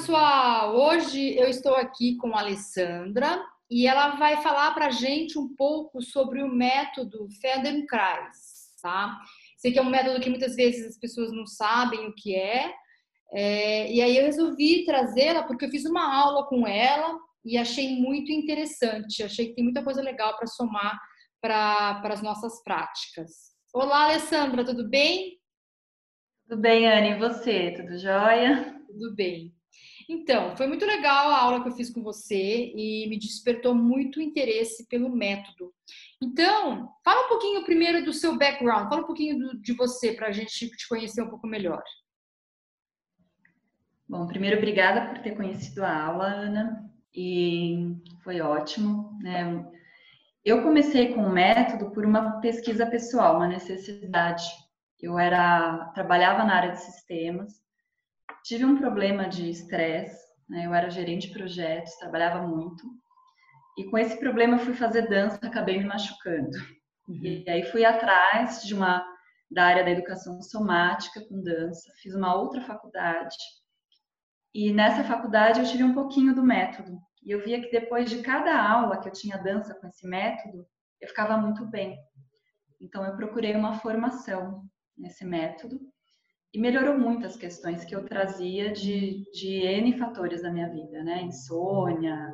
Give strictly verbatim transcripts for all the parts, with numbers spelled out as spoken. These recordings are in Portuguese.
pessoal! Hoje eu estou aqui com a Alessandra e ela vai falar para a gente um pouco sobre o método Feldenkrais, tá? Sei que é um método que muitas vezes as pessoas não sabem o que é, é e aí eu resolvi trazê-la porque eu fiz uma aula com ela e achei muito interessante, achei que tem muita coisa legal para somar para as nossas práticas. Olá, Alessandra, tudo bem? Tudo bem, Anne, e você? Tudo jóia? Tudo bem. Então, foi muito legal a aula que eu fiz com você e me despertou muito interesse pelo método. Então, fala um pouquinho primeiro do seu background, fala um pouquinho do, de você para a gente te conhecer um pouco melhor. Bom, primeiro, obrigada por ter conhecido a aula, Ana, e foi ótimo, né? Eu comecei com o método por uma pesquisa pessoal, uma necessidade. Eu era, trabalhava na área de sistemas, tive um problema de estresse, né? Eu era gerente de projetos, trabalhava muito, e com esse problema eu fui fazer dança, acabei me machucando. Uhum. E aí fui atrás de uma da área da educação somática com dança, fiz uma outra faculdade. E nessa faculdade eu tive um pouquinho do método. E eu via que depois de cada aula que eu tinha dança com esse método, eu ficava muito bem. Então eu procurei uma formação nesse método e melhorou muito as questões que eu trazia de, de N fatores da minha vida, né? Insônia,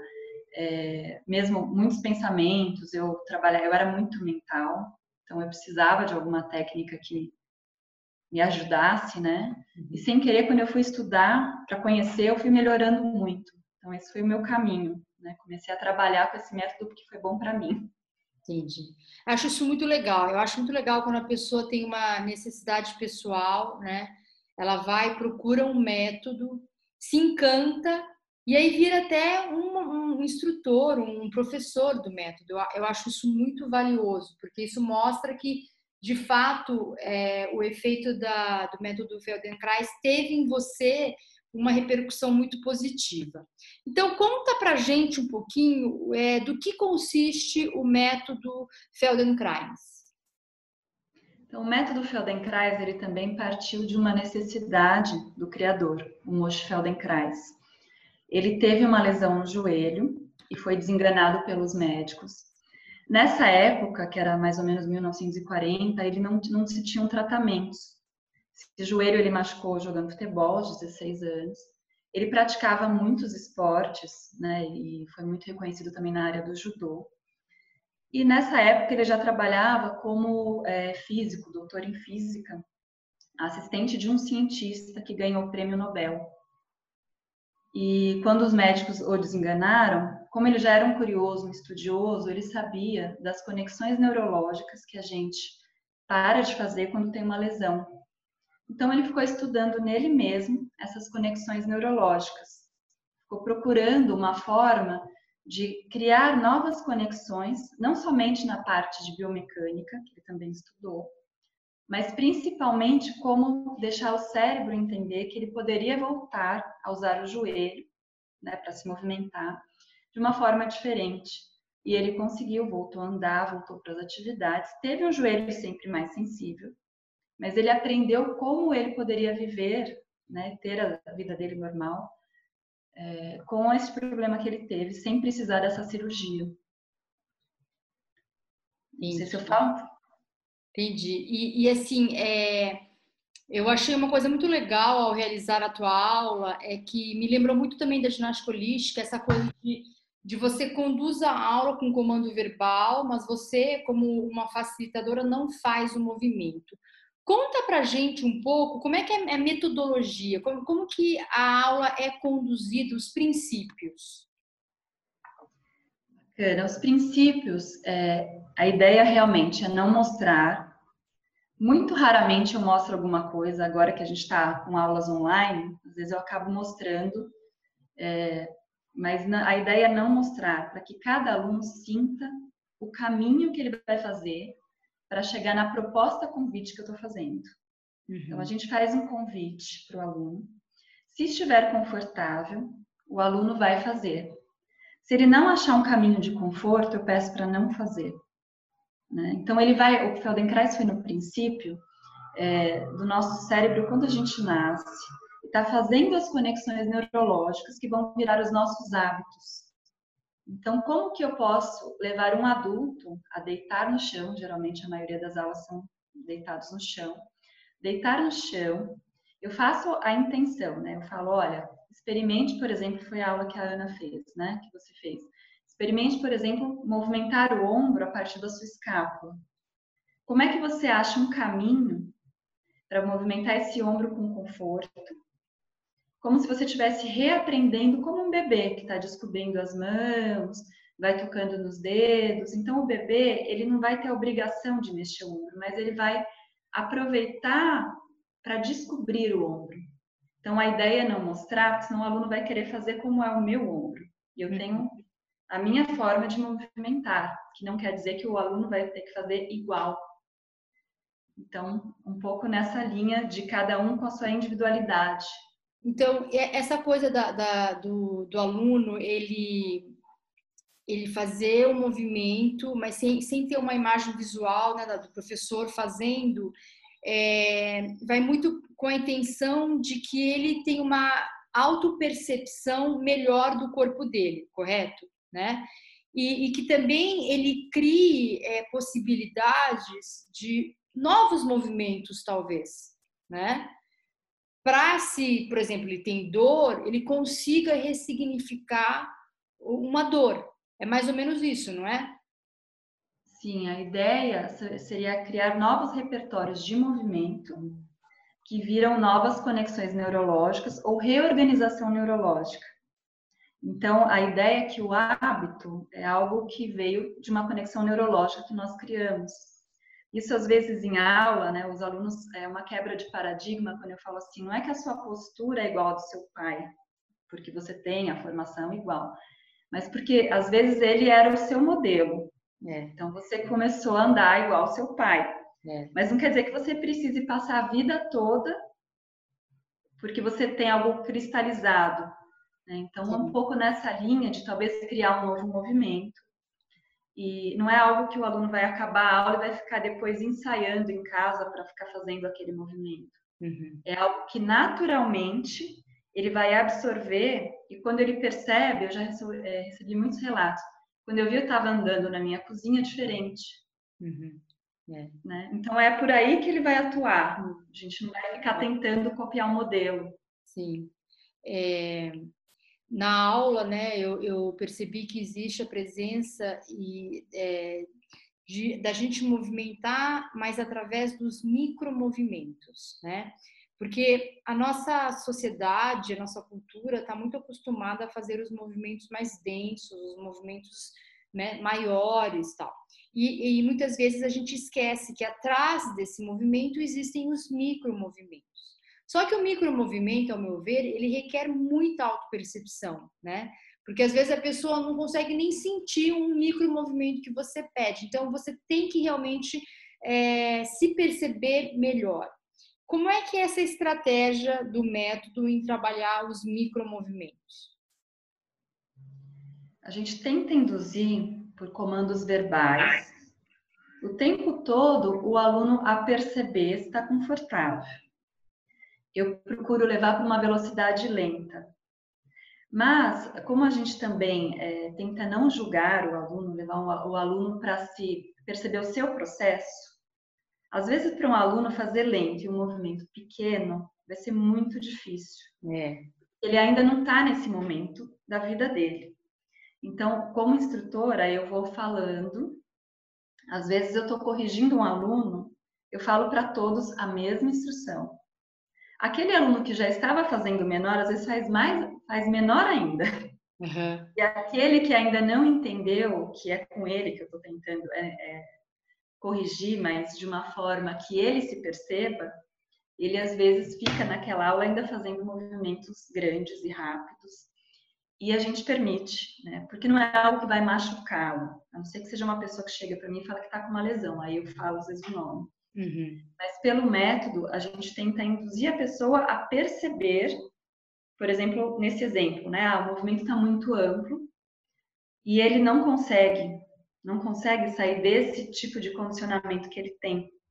é, mesmo muitos pensamentos. Eu trabalhava, eu era muito mental, então eu precisava de alguma técnica que me ajudasse, né? E sem querer, quando eu fui estudar para conhecer, eu fui melhorando muito. Então esse foi o meu caminho, né? Comecei a trabalhar com esse método porque foi bom para mim. Entendi. Acho isso muito legal. Eu acho muito legal quando a pessoa tem uma necessidade pessoal, né? Ela vai, procura um método, se encanta e aí vira até um, um instrutor, um professor do método. Eu, eu acho isso muito valioso, porque isso mostra que, de fato, é, o efeito da, do método Feldenkrais teve em você uma repercussão muito positiva. Então, conta pra gente um pouquinho é, do que consiste o método Feldenkrais. Então, o método Feldenkrais, ele também partiu de uma necessidade do criador, o Moshe Feldenkrais. Ele teve uma lesão no joelho e foi desengrenado pelos médicos. Nessa época, que era mais ou menos mil novecentos e quarenta, ele não, não se tinham tratamentos. Esse joelho ele machucou jogando futebol aos dezesseis anos. Ele praticava muitos esportes, né, e foi muito reconhecido também na área do judô. E nessa época ele já trabalhava como é, físico, doutor em física, assistente de um cientista que ganhou o prêmio Nobel. E quando os médicos o desenganaram, como ele já era um curioso, um estudioso, ele sabia das conexões neurológicas que a gente para de fazer quando tem uma lesão. Então ele ficou estudando nele mesmo essas conexões neurológicas. Ficou procurando uma forma de criar novas conexões, não somente na parte de biomecânica, que ele também estudou, mas principalmente como deixar o cérebro entender que ele poderia voltar a usar o joelho, né, para se movimentar de uma forma diferente. E ele conseguiu, voltou a andar, voltou para as atividades, teve um joelho sempre mais sensível, mas ele aprendeu como ele poderia viver, né, ter a vida dele normal, é, com esse problema que ele teve, sem precisar dessa cirurgia. Não Entendi. sei se eu falo. Entendi. E, e assim, é, eu achei uma coisa muito legal ao realizar a tua aula, é que me lembrou muito também da ginástica holística, essa coisa de, de você conduz a aula com comando verbal, mas você, como uma facilitadora, não faz o movimento. Conta pra gente um pouco como é que é a metodologia, como, como que a aula é conduzida, os princípios. Bacana. Os princípios, é, a ideia realmente é não mostrar. Muito raramente eu mostro alguma coisa, agora que a gente está com aulas online, às vezes eu acabo mostrando, é, mas a ideia é não mostrar, para que cada aluno sinta o caminho que ele vai fazer para chegar na proposta convite que eu estou fazendo. Uhum. Então, a gente faz um convite para o aluno. Se estiver confortável, o aluno vai fazer. Se ele não achar um caminho de conforto, eu peço para não fazer. Né? Então, ele vai, o Feldenkrais foi no princípio é, do nosso cérebro, quando a gente nasce, está fazendo as conexões neurológicas que vão virar os nossos hábitos. Então, como que eu posso levar um adulto a deitar no chão? Geralmente a maioria das aulas são deitados no chão. Deitar no chão, eu faço a intenção, né? Eu falo, olha, experimente, por exemplo, foi a aula que a Ana fez, né? Que você fez. Experimente, por exemplo, movimentar o ombro a partir da sua escápula. Como é que você acha um caminho para movimentar esse ombro com conforto? Como se você estivesse reaprendendo como um bebê que está descobrindo as mãos, vai tocando nos dedos. Então, o bebê, ele não vai ter a obrigação de mexer o ombro, mas ele vai aproveitar para descobrir o ombro. Então, a ideia é não mostrar, porque senão o aluno vai querer fazer como é o meu ombro. E eu tenho a minha forma de movimentar, que não quer dizer que o aluno vai ter que fazer igual. Então, um pouco nessa linha de cada um com a sua individualidade. Então, essa coisa da, da, do, do aluno, ele, ele fazer o movimento, mas sem, sem ter uma imagem visual, né, do professor fazendo, é, vai muito com a intenção de que ele tem uma autopercepção melhor do corpo dele, correto? Né? E, e que também ele crie é, possibilidades de novos movimentos, talvez, né? Para se, por exemplo, ele tem dor, ele consiga ressignificar uma dor. É mais ou menos isso, não é? Sim, a ideia seria criar novos repertórios de movimento que viram novas conexões neurológicas ou reorganização neurológica. Então, a ideia é que o hábito é algo que veio de uma conexão neurológica que nós criamos. Isso, às vezes, em aula, né, os alunos, é uma quebra de paradigma quando eu falo assim, não é que a sua postura é igual à do seu pai, porque você tem a formação igual, mas porque, às vezes, ele era o seu modelo. É. Então, você começou a andar igual ao seu pai. É. Mas não quer dizer que você precise passar a vida toda porque você tem algo cristalizado. Né? Então, Sim. um pouco nessa linha de talvez criar um novo movimento. E não é algo que o aluno vai acabar a aula e vai ficar depois ensaiando em casa para ficar fazendo aquele movimento. Uhum. É algo que naturalmente ele vai absorver e quando ele percebe, eu já recebi, é, recebi muitos relatos, quando eu vi eu estava andando na minha cozinha diferente. Uhum. É. Né? Então é por aí que ele vai atuar. A gente não vai ficar tentando copiar um modelo. Sim. É... Na aula, né, eu, eu percebi que existe a presença e, é, de, da gente movimentar, mas através dos micromovimentos, né? Porque a nossa sociedade, a nossa cultura está muito acostumada a fazer os movimentos mais densos, os movimentos, né, maiores, tal. E, e muitas vezes a gente esquece que atrás desse movimento existem os micromovimentos. Só que o micromovimento, ao meu ver, ele requer muita autopercepção, né? Porque às vezes a pessoa não consegue nem sentir um micromovimento que você pede. Então você tem que realmente é, se perceber melhor. Como é que é essa estratégia do método em trabalhar os micromovimentos? A gente tenta induzir por comandos verbais o tempo todo o aluno a perceber se está confortável. Eu procuro levar para uma velocidade lenta. Mas, como a gente também é, tenta não julgar o aluno, levar o aluno para se perceber o seu processo, às vezes para um aluno fazer lento e um movimento pequeno vai ser muito difícil. É. Ele ainda não está nesse momento da vida dele. Então, como instrutora, eu vou falando, às vezes eu estou corrigindo um aluno, eu falo para todos a mesma instrução. Aquele aluno que já estava fazendo menor, às vezes faz mais, faz menor ainda. Uhum. E aquele que ainda não entendeu, que é com ele que eu estou tentando é, é, corrigir, mas de uma forma que ele se perceba, ele às vezes fica naquela aula ainda fazendo movimentos grandes e rápidos. E a gente permite, né? Porque não é algo que vai machucá-lo. A não ser que seja uma pessoa que chega para mim e fala que está com uma lesão. Aí eu falo às vezes o nome. Uhum. Mas pelo método, a gente tenta induzir a pessoa a perceber, por exemplo, nesse exemplo, né? Ah, o movimento está muito amplo e ele não consegue, não consegue sair desse tipo de condicionamento que ele tem.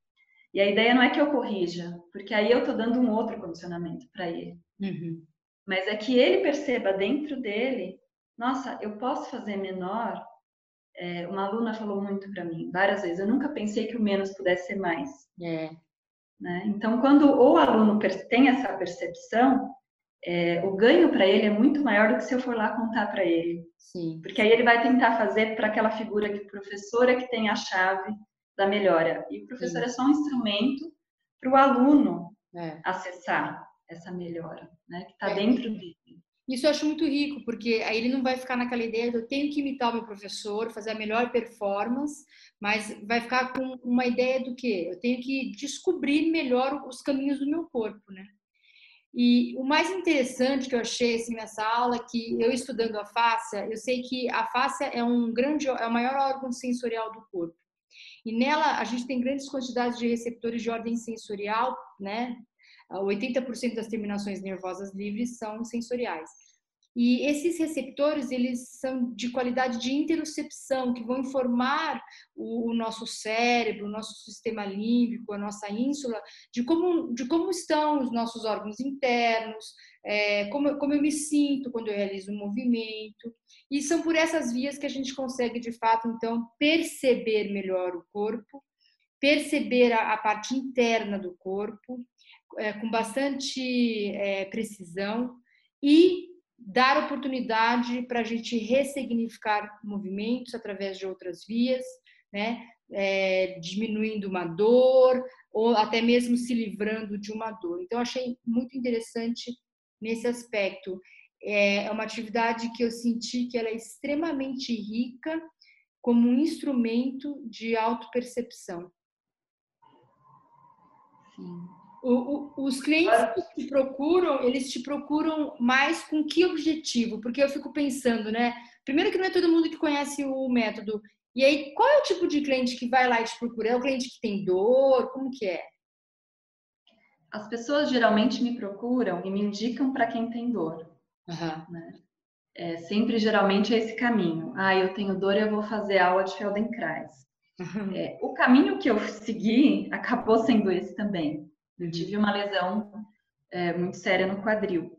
E a ideia não é que eu corrija, porque aí eu estou dando um outro condicionamento para ele. Uhum. Mas é que ele perceba dentro dele, nossa, eu posso fazer menor. É, uma aluna falou muito para mim várias vezes, eu nunca pensei que o menos pudesse ser mais. É. Né? Então, quando o aluno tem essa percepção, é, o ganho para ele é muito maior do que se eu for lá contar para ele. Sim. Porque aí ele vai tentar fazer para aquela figura que professora que tem a chave da melhora. E o professor Sim. é só um instrumento para o aluno É. acessar essa melhora, né? Que está É. dentro dele. Isso eu acho muito rico, porque aí ele não vai ficar naquela ideia de eu tenho que imitar o meu professor, fazer a melhor performance, mas vai ficar com uma ideia do quê? Eu tenho que descobrir melhor os caminhos do meu corpo, né? E o mais interessante que eu achei assim, nessa aula é que eu estudando a fáscia, eu sei que a fáscia é um grande, é o maior órgão sensorial do corpo. E nela a gente tem grandes quantidades de receptores de ordem sensorial, né? oitenta por cento das terminações nervosas livres são sensoriais. E esses receptores, eles são de qualidade de interocepção, que vão informar o, o nosso cérebro, o nosso sistema límbico, a nossa ínsula, de como, de como estão os nossos órgãos internos, é, como, como eu me sinto quando eu realizo um movimento. E são por essas vias que a gente consegue, de fato, então, perceber melhor o corpo, perceber a, a parte interna do corpo, é, com bastante é, precisão e dar oportunidade para a gente ressignificar movimentos através de outras vias, né? É, diminuindo uma dor ou até mesmo se livrando de uma dor. Então, achei muito interessante nesse aspecto. É uma atividade que eu senti que ela é extremamente rica como um instrumento de autopercepção. Sim. O, o, os clientes que te procuram, eles te procuram mais com que objetivo? Porque eu fico pensando, né? Primeiro que não é todo mundo que conhece o método. E aí, qual é o tipo de cliente que vai lá e te procura? É o cliente que tem dor? Como que é? As pessoas geralmente me procuram e me indicam para quem tem dor. Uhum. Né? É, sempre, geralmente, é esse caminho. Ah, eu tenho dor e eu vou fazer aula de Feldenkrais. Uhum. É, o caminho que eu segui acabou sendo esse também. Eu Uhum. tive uma lesão é, muito séria no quadril.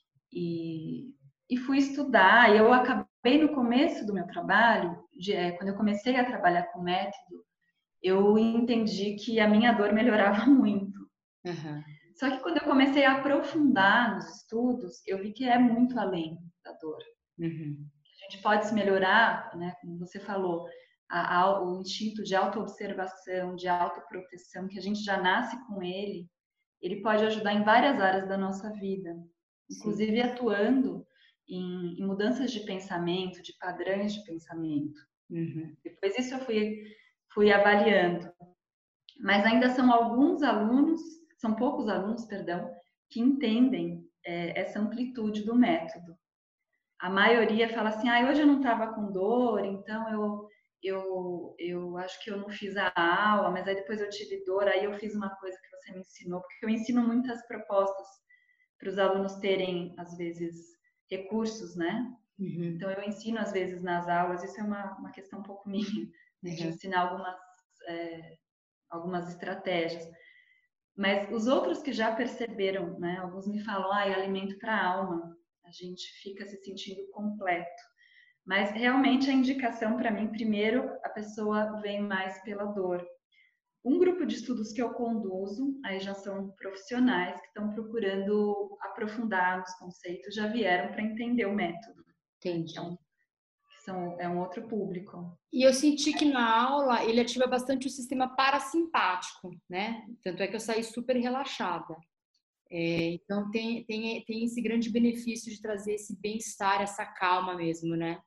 E, e fui estudar. E eu acabei no começo do meu trabalho, de, é, quando eu comecei a trabalhar com método, eu entendi que a minha dor melhorava muito. Uhum. Só que quando eu comecei a aprofundar nos estudos, eu vi que é muito além da dor. Uhum. A gente pode se melhorar, né? Como você falou, a, a, o instinto de autoobservação, de autoproteção, que a gente já nasce com ele, ele pode ajudar em várias áreas da nossa vida, inclusive Sim. atuando em, em mudanças de pensamento, de padrões de pensamento. Uhum. Depois isso eu fui, fui avaliando. Mas ainda são alguns alunos, são poucos alunos, perdão, que entendem é, essa amplitude do método. A maioria fala assim, ah, hoje eu não estava com dor, então eu, eu, eu acho que eu não fiz a aula, mas aí depois eu tive dor, aí eu fiz uma coisa que você me ensinou, porque eu ensino muitas propostas para os alunos terem, às vezes, recursos, né? Uhum. Então eu ensino, às vezes, nas aulas, isso é uma, uma questão um pouco minha, né, de Uhum. ensinar algumas, é, algumas estratégias. Mas os outros que já perceberam, né? Alguns me falam, ah, é alimento para a alma. A gente fica se sentindo completo. Mas realmente a indicação para mim, primeiro, a pessoa vem mais pela dor. Um grupo de estudos que eu conduzo, aí já são profissionais que estão procurando aprofundar nos conceitos, já vieram para entender o método. Entendi. Que é um, que são, é um outro público. E eu senti que na aula ele ativa bastante o sistema parasimpático, né? Tanto é que eu saí super relaxada. É, então tem, tem, tem esse grande benefício de trazer esse bem-estar, essa calma mesmo, né?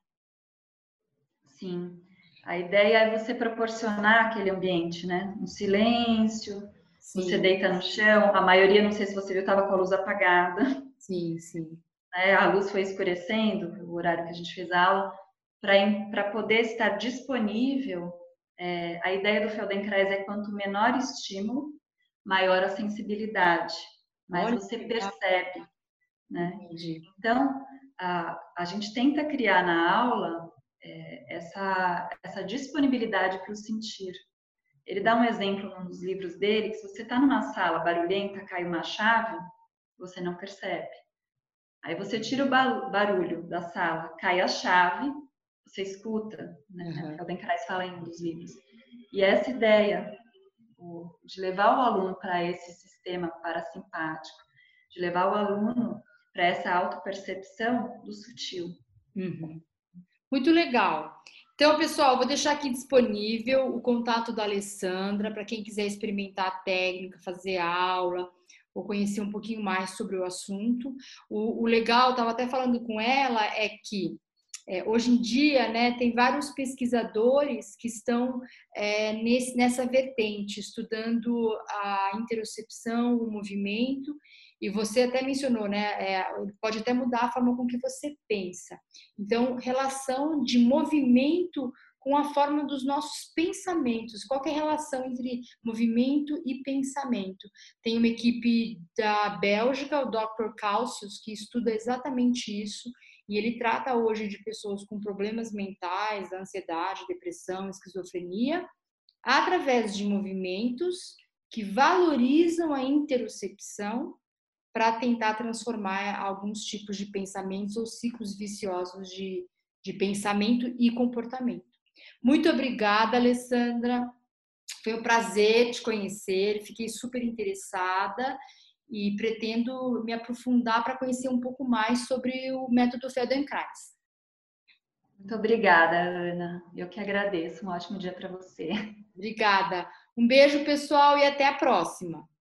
Sim. A ideia é você proporcionar aquele ambiente, né? Um silêncio, Sim. Você deita no chão. A maioria, não sei se você viu, estava com a luz apagada. Sim, sim. Né? A luz foi escurecendo, o horário que a gente fez a aula, para poder estar disponível. É, a ideia do Feldenkrais é quanto menor estímulo, maior a sensibilidade. Mas Olha, você que legal. percebe, né? Entendi. Então, a, a gente tenta criar na aula é, essa, essa disponibilidade para o sentir. Ele dá um exemplo nos livros dele, que se você está numa sala barulhenta, cai uma chave, você não percebe. Aí você tira o barulho da sala, cai a chave, você escuta, né? Uhum. O Feldenkrais fala em um dos livros. E essa ideia de levar o aluno para esse sistema parasimpático, de levar o aluno para essa autopercepção do sutil. Uhum. Muito legal. Então, pessoal, vou deixar aqui disponível o contato da Alessandra para quem quiser experimentar a técnica, fazer aula ou conhecer um pouquinho mais sobre o assunto. O, o legal, estava até falando com ela, é que é, hoje em dia, né, tem vários pesquisadores que estão é, nesse, nessa vertente, estudando a interocepção, o movimento, e você até mencionou, né, é, pode até mudar a forma com que você pensa. Então, relação de movimento com a forma dos nossos pensamentos. Qual que é a relação entre movimento e pensamento? Tem uma equipe da Bélgica, o doutor Calcius, que estuda exatamente isso, e ele trata hoje de pessoas com problemas mentais, ansiedade, depressão, esquizofrenia, através de movimentos que valorizam a interocepção para tentar transformar alguns tipos de pensamentos ou ciclos viciosos de, de pensamento e comportamento. Muito obrigada, Alessandra. Foi um prazer te conhecer, fiquei super interessada e pretendo me aprofundar para conhecer um pouco mais sobre o método Feldenkrais. Muito obrigada, Ana. Eu que agradeço. Um ótimo dia para você. Obrigada. Um beijo, pessoal, e até a próxima.